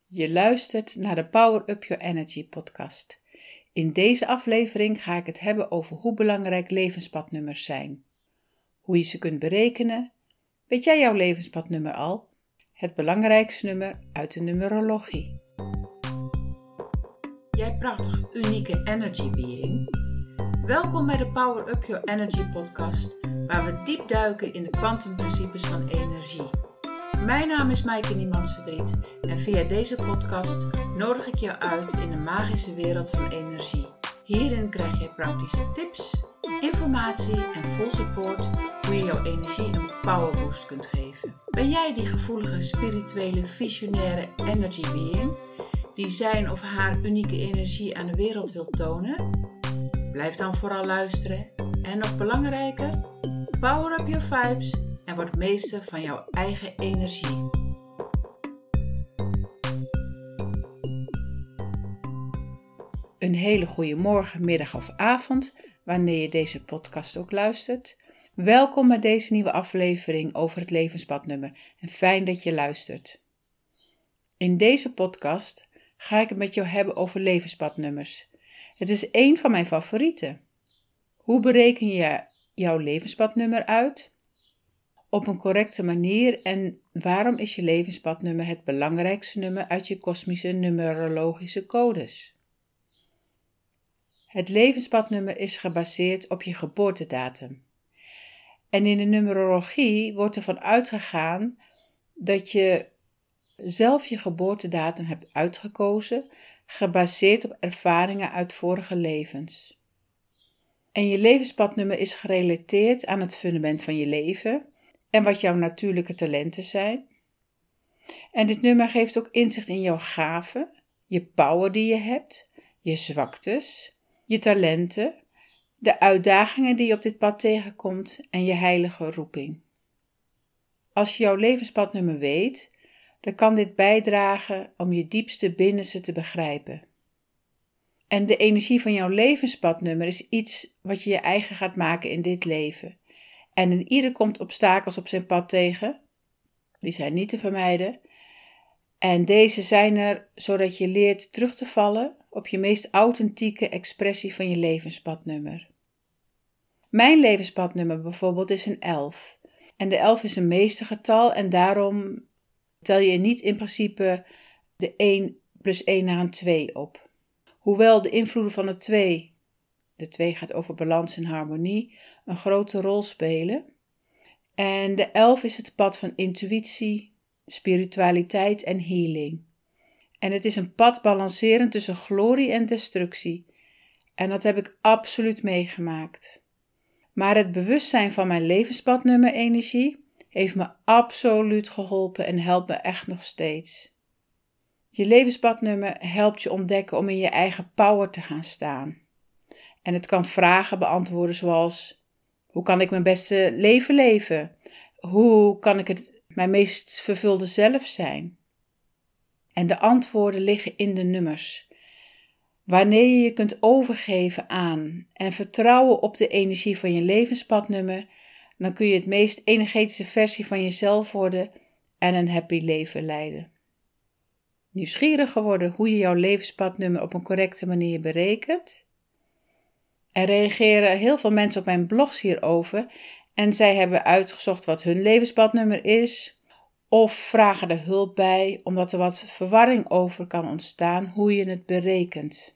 Je luistert naar de Power Up Your Energy podcast. In deze aflevering ga ik het hebben over hoe belangrijk levenspadnummers zijn. Hoe je ze kunt berekenen. Weet jij jouw levenspadnummer al? Het belangrijkste nummer uit de numerologie. Jij prachtig, unieke energy being. Welkom bij de Power Up Your Energy podcast, waar we diep duiken in de kwantumprincipes van energie. Mijn naam is Maaike Niemandsverdriet en via deze podcast nodig ik jou uit in de magische wereld van energie. Hierin krijg je praktische tips, informatie en full support hoe je jouw energie een powerboost kunt geven. Ben jij die gevoelige, spirituele, visionaire energy being die zijn of haar unieke energie aan de wereld wil tonen? Blijf dan vooral luisteren en nog belangrijker, power up your vibes en word meester van jouw eigen energie. Een hele goede morgen, middag of avond, wanneer je deze podcast ook luistert. Welkom bij deze nieuwe aflevering over het levenspadnummer en fijn dat je luistert. In deze podcast ga ik het met jou hebben over levenspadnummers. Het is één van mijn favorieten. Hoe bereken je jouw levenspadnummer uit? Op een correcte manier en waarom is je levenspadnummer het belangrijkste nummer uit je kosmische numerologische codes? Het levenspadnummer is gebaseerd op je geboortedatum. En in de numerologie wordt ervan uitgegaan dat je zelf je geboortedatum hebt uitgekozen, gebaseerd op ervaringen uit vorige levens. En je levenspadnummer is gerelateerd aan het fundament van je leven en wat jouw natuurlijke talenten zijn. En dit nummer geeft ook inzicht in jouw gaven, je power die je hebt, je zwaktes, je talenten, de uitdagingen die je op dit pad tegenkomt en je heilige roeping. Als je jouw levenspadnummer weet, dan kan dit bijdragen om je diepste binnenste te begrijpen. En de energie van jouw levenspadnummer is iets wat je eigen gaat maken in dit leven. En in ieder komt obstakels op zijn pad tegen. Die zijn niet te vermijden. En deze zijn er zodat je leert terug te vallen op je meest authentieke expressie van je levenspadnummer. Mijn levenspadnummer bijvoorbeeld is een 11. En de 11 is een meestergetal en daarom tel je niet in principe de 1 plus 1 naar een 2 op. Hoewel de invloeden van de 2 gaat over balans en harmonie, een grote rol spelen. En de 11 is het pad van intuïtie, spiritualiteit en healing. En het is een pad balancerend tussen glorie en destructie. En dat heb ik absoluut meegemaakt. Maar het bewustzijn van mijn levenspadnummer energie heeft me absoluut geholpen en helpt me echt nog steeds. Je levenspadnummer helpt je ontdekken om in je eigen power te gaan staan. En het kan vragen beantwoorden zoals: hoe kan ik mijn beste leven leven? Hoe kan ik mijn meest vervulde zelf zijn? En de antwoorden liggen in de nummers. Wanneer je je kunt overgeven aan en vertrouwen op de energie van je levenspadnummer, dan kun je het meest energetische versie van jezelf worden en een happy leven leiden. Nieuwsgierig geworden hoe je jouw levenspadnummer op een correcte manier berekent? Er reageren heel veel mensen op mijn blogs hierover en zij hebben uitgezocht wat hun levenspadnummer is of vragen er hulp bij omdat er wat verwarring over kan ontstaan hoe je het berekent.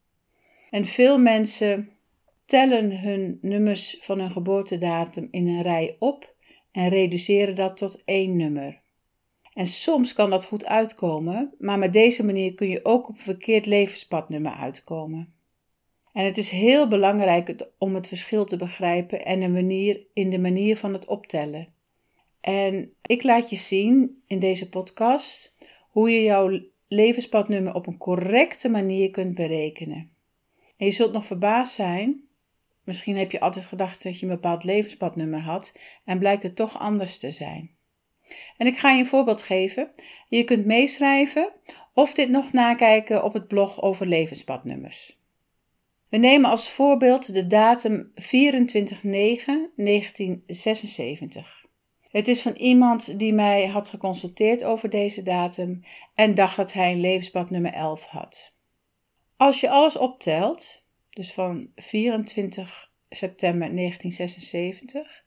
En veel mensen tellen hun nummers van hun geboortedatum in een rij op en reduceren dat tot 1 nummer. En soms kan dat goed uitkomen, maar met deze manier kun je ook op een verkeerd levenspadnummer uitkomen. En het is heel belangrijk om het verschil te begrijpen en in de manier van het optellen. En ik laat je zien in deze podcast hoe je jouw levenspadnummer op een correcte manier kunt berekenen. En je zult nog verbaasd zijn. Misschien heb je altijd gedacht dat je een bepaald levenspadnummer had en blijkt het toch anders te zijn. En ik ga je een voorbeeld geven. Je kunt meeschrijven of dit nog nakijken op het blog over levenspadnummers. We nemen als voorbeeld de datum 24/9/1976. Het is van iemand die mij had geconsulteerd over deze datum en dacht dat hij een levenspad nummer 11 had. Als je alles optelt, dus van 24 september 1976,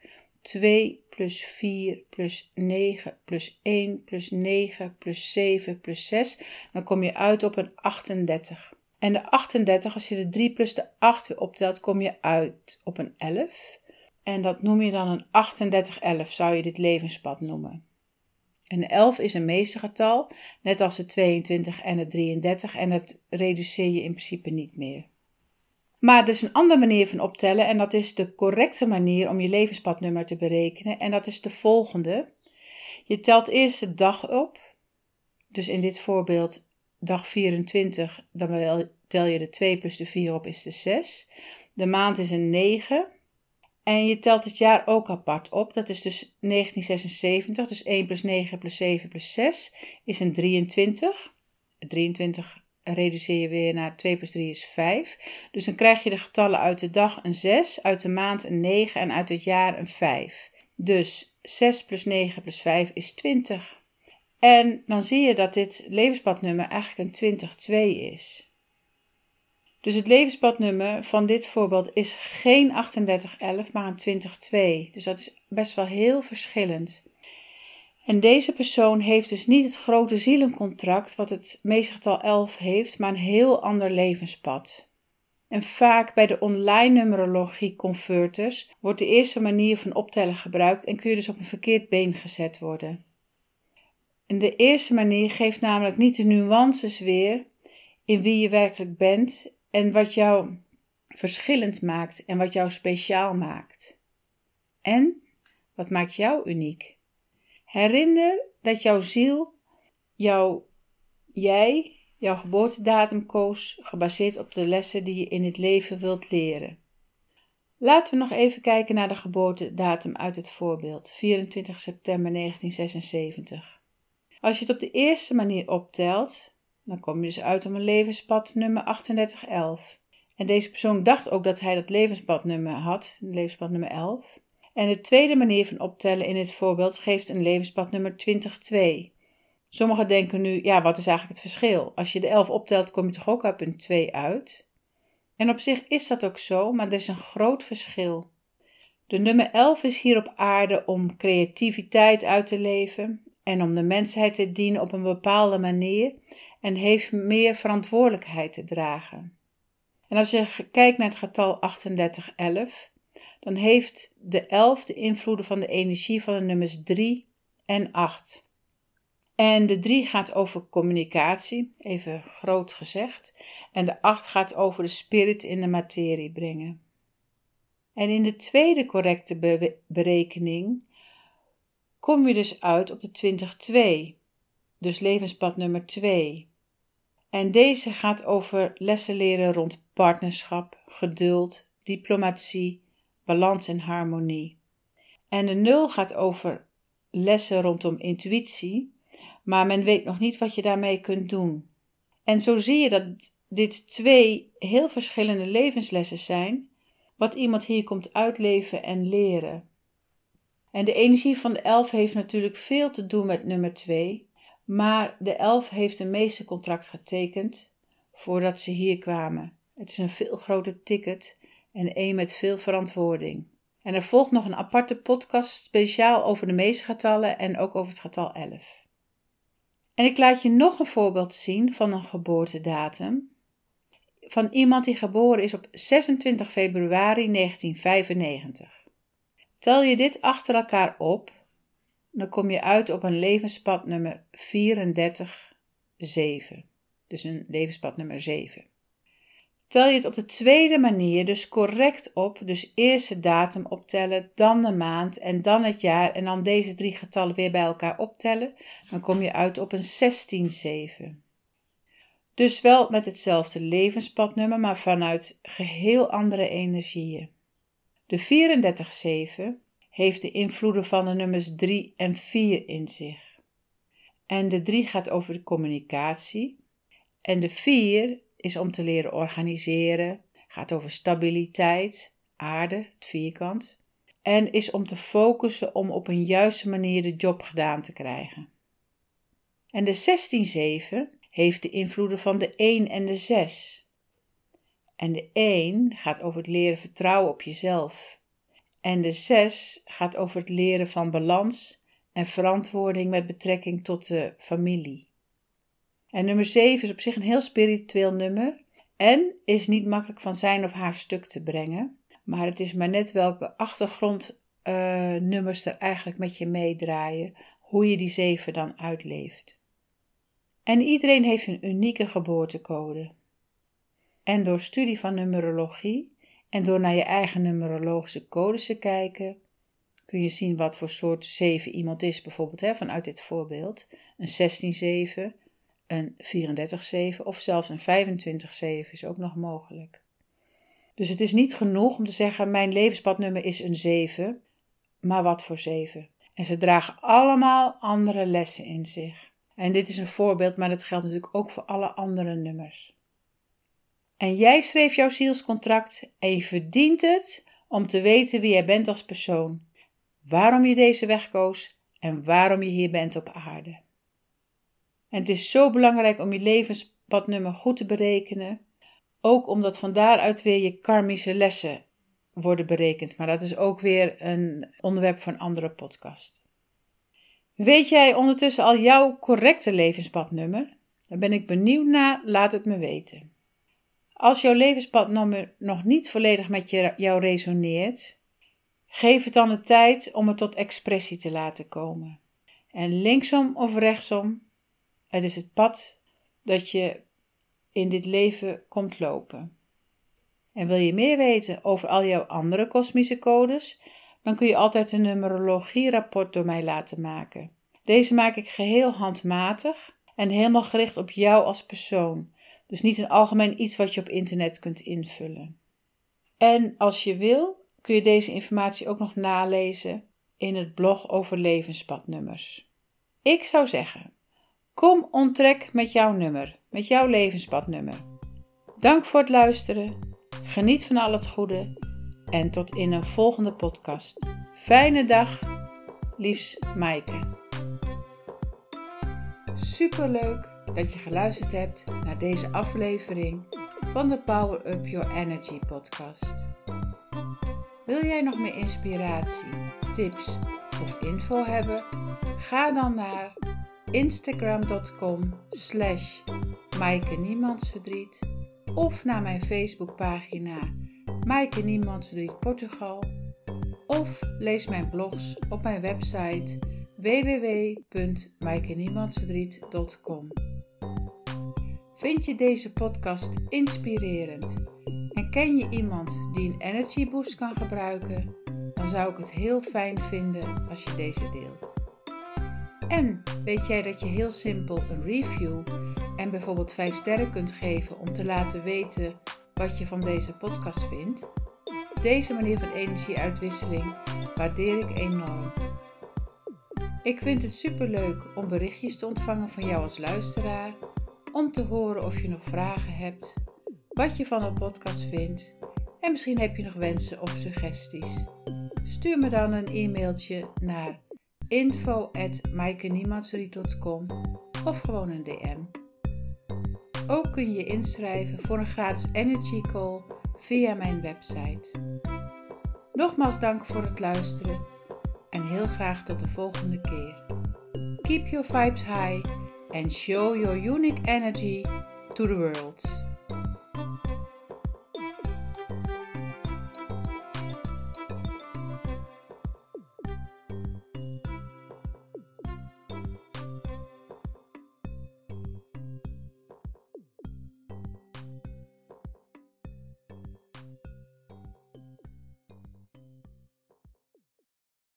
2 plus 4 plus 9 plus 1 plus 9 plus 7 plus 6, dan kom je uit op een 38. En de 38, als je de 3 plus de 8 weer optelt, kom je uit op een 11. En dat noem je dan een 3811, zou je dit levenspad noemen. Een 11 is een meestergetal, net als de 22 en de 33, en dat reduceer je in principe niet meer. Maar er is een andere manier van optellen en dat is de correcte manier om je levenspadnummer te berekenen. En dat is de volgende. Je telt eerst de dag op. Dus in dit voorbeeld dag 24, dan tel je de 2 plus de 4 op, is de 6. De maand is een 9. En je telt het jaar ook apart op. Dat is dus 1976. Dus 1 plus 9 plus 7 plus 6 is een 23. 23 reduceer je weer naar 2 plus 3 is 5. Dus dan krijg je de getallen uit de dag een 6, uit de maand een 9 en uit het jaar een 5. Dus 6 plus 9 plus 5 is 20. En dan zie je dat dit levenspadnummer eigenlijk een 202 is. Dus het levenspadnummer van dit voorbeeld is geen 3811, maar een 202. Dus dat is best wel heel verschillend. En deze persoon heeft dus niet het grote zielencontract wat het meestergetal 11 heeft, maar een heel ander levenspad. En vaak bij de online numerologie converters wordt de eerste manier van optellen gebruikt en kun je dus op een verkeerd been gezet worden. En de eerste manier geeft namelijk niet de nuances weer in wie je werkelijk bent en wat jou verschillend maakt en wat jou speciaal maakt. En wat maakt jou uniek? Herinner dat jouw ziel, jouw geboortedatum koos, gebaseerd op de lessen die je in het leven wilt leren. Laten we nog even kijken naar de geboortedatum uit het voorbeeld, 24 september 1976. Als je het op de eerste manier optelt, dan kom je dus uit op een levenspad nummer 3811. En deze persoon dacht ook dat hij dat levenspadnummer had, levenspadnummer 11. En de tweede manier van optellen in dit voorbeeld geeft een levenspadnummer 202. Sommigen denken nu, ja, wat is eigenlijk het verschil? Als je de 11 optelt, kom je toch ook op een 2 uit? En op zich is dat ook zo, maar er is een groot verschil. De nummer 11 is hier op aarde om creativiteit uit te leven en om de mensheid te dienen op een bepaalde manier en heeft meer verantwoordelijkheid te dragen. En als je kijkt naar het getal 3811, dan heeft de 11 de invloeden van de energie van de nummers 3 en 8. En de 3 gaat over communicatie, even groot gezegd, en de 8 gaat over de spirit in de materie brengen. En in de tweede correcte berekening kom je dus uit op de 202, dus levenspad nummer 2. En deze gaat over lessen leren rond partnerschap, geduld, diplomatie, balans en harmonie. En de 0 gaat over lessen rondom intuïtie, maar men weet nog niet wat je daarmee kunt doen. En zo zie je dat dit 2 heel verschillende levenslessen zijn, wat iemand hier komt uitleven en leren. En de energie van de 11 heeft natuurlijk veel te doen met nummer 2, maar de 11 heeft een meestercontract getekend voordat ze hier kwamen. Het is een veel groter ticket en een met veel verantwoording. En er volgt nog een aparte podcast speciaal over de meestergetallen en ook over het getal 11. En ik laat je nog een voorbeeld zien van een geboortedatum van iemand die geboren is op 26 februari 1995. Tel je dit achter elkaar op, dan kom je uit op een levenspad nummer 34-7. Dus een levenspad nummer 7. Tel je het op de tweede manier dus correct op, dus eerst de datum optellen, dan de maand en dan het jaar en dan deze 3 getallen weer bij elkaar optellen, dan kom je uit op een 16-7. Dus wel met hetzelfde levenspadnummer, maar vanuit geheel andere energieën. De 34-7 heeft de invloeden van de nummers 3 en 4 in zich. En de 3 gaat over de communicatie. En de 4 is om te leren organiseren, gaat over stabiliteit, aarde, het vierkant. en is om te focussen om op een juiste manier de job gedaan te krijgen. En de 16-7 heeft de invloeden van de 1 en de 6. En de 1 gaat over het leren vertrouwen op jezelf. En de 6 gaat over het leren van balans en verantwoording met betrekking tot de familie. En nummer 7 is op zich een heel spiritueel nummer en is niet makkelijk van zijn of haar stuk te brengen. Maar het is maar net welke achtergrondnummers er eigenlijk met je meedraaien, hoe je die 7 dan uitleeft. En iedereen heeft een unieke geboortecode. En door studie van numerologie en door naar je eigen numerologische codes te kijken, kun je zien wat voor soort 7 iemand is, bijvoorbeeld vanuit dit voorbeeld. Een 16-7, een 34-7 of zelfs een 25-7 is ook nog mogelijk. Dus het is niet genoeg om te zeggen, mijn levenspadnummer is een 7, maar wat voor 7? En ze dragen allemaal andere lessen in zich. En dit is een voorbeeld, maar dat geldt natuurlijk ook voor alle andere nummers. En jij schreef jouw zielscontract en je verdient het om te weten wie jij bent als persoon. Waarom je deze weg koos en waarom je hier bent op aarde. En het is zo belangrijk om je levenspadnummer goed te berekenen. Ook omdat van daaruit weer je karmische lessen worden berekend. Maar dat is ook weer een onderwerp voor een andere podcast. Weet jij ondertussen al jouw correcte levenspadnummer? Daar ben ik benieuwd naar, laat het me weten. Als jouw levenspadnummer nog niet volledig met jou resoneert, geef het dan de tijd om het tot expressie te laten komen. En linksom of rechtsom, het is het pad dat je in dit leven komt lopen. En wil je meer weten over al jouw andere kosmische codes, dan kun je altijd een numerologie-rapport door mij laten maken. Deze maak ik geheel handmatig en helemaal gericht op jou als persoon. Dus niet een algemeen iets wat je op internet kunt invullen. En als je wil, kun je deze informatie ook nog nalezen in het blog over levenspadnummers. Ik zou zeggen, kom onttrek met jouw nummer, met jouw levenspadnummer. Dank voor het luisteren, geniet van al het goede en tot in een volgende podcast. Fijne dag, liefs Maaike. Superleuk dat je geluisterd hebt naar deze aflevering van de Power Up Your Energy podcast. Wil jij nog meer inspiratie, tips of info hebben? Ga dan naar instagram.com/Maaike Niemandsverdriet of naar mijn Facebookpagina Maaike Niemandsverdriet Portugal of lees mijn blogs op mijn website www.maaikeniemandsverdriet.com. Vind je deze podcast inspirerend en ken je iemand die een energy boost kan gebruiken? Dan zou ik het heel fijn vinden als je deze deelt. En weet jij dat je heel simpel een review en bijvoorbeeld 5 sterren kunt geven om te laten weten wat je van deze podcast vindt? Deze manier van energieuitwisseling waardeer ik enorm. Ik vind het superleuk om berichtjes te ontvangen van jou als luisteraar, om te horen of je nog vragen hebt, wat je van de podcast vindt en misschien heb je nog wensen of suggesties. Stuur me dan een e-mailtje naar info@maaikeniemandsverdriet.com of gewoon een DM. Ook kun je je inschrijven voor een gratis energy call via mijn website. Nogmaals dank voor het luisteren en heel graag tot de volgende keer. Keep your vibes high and show your unique energy to the world.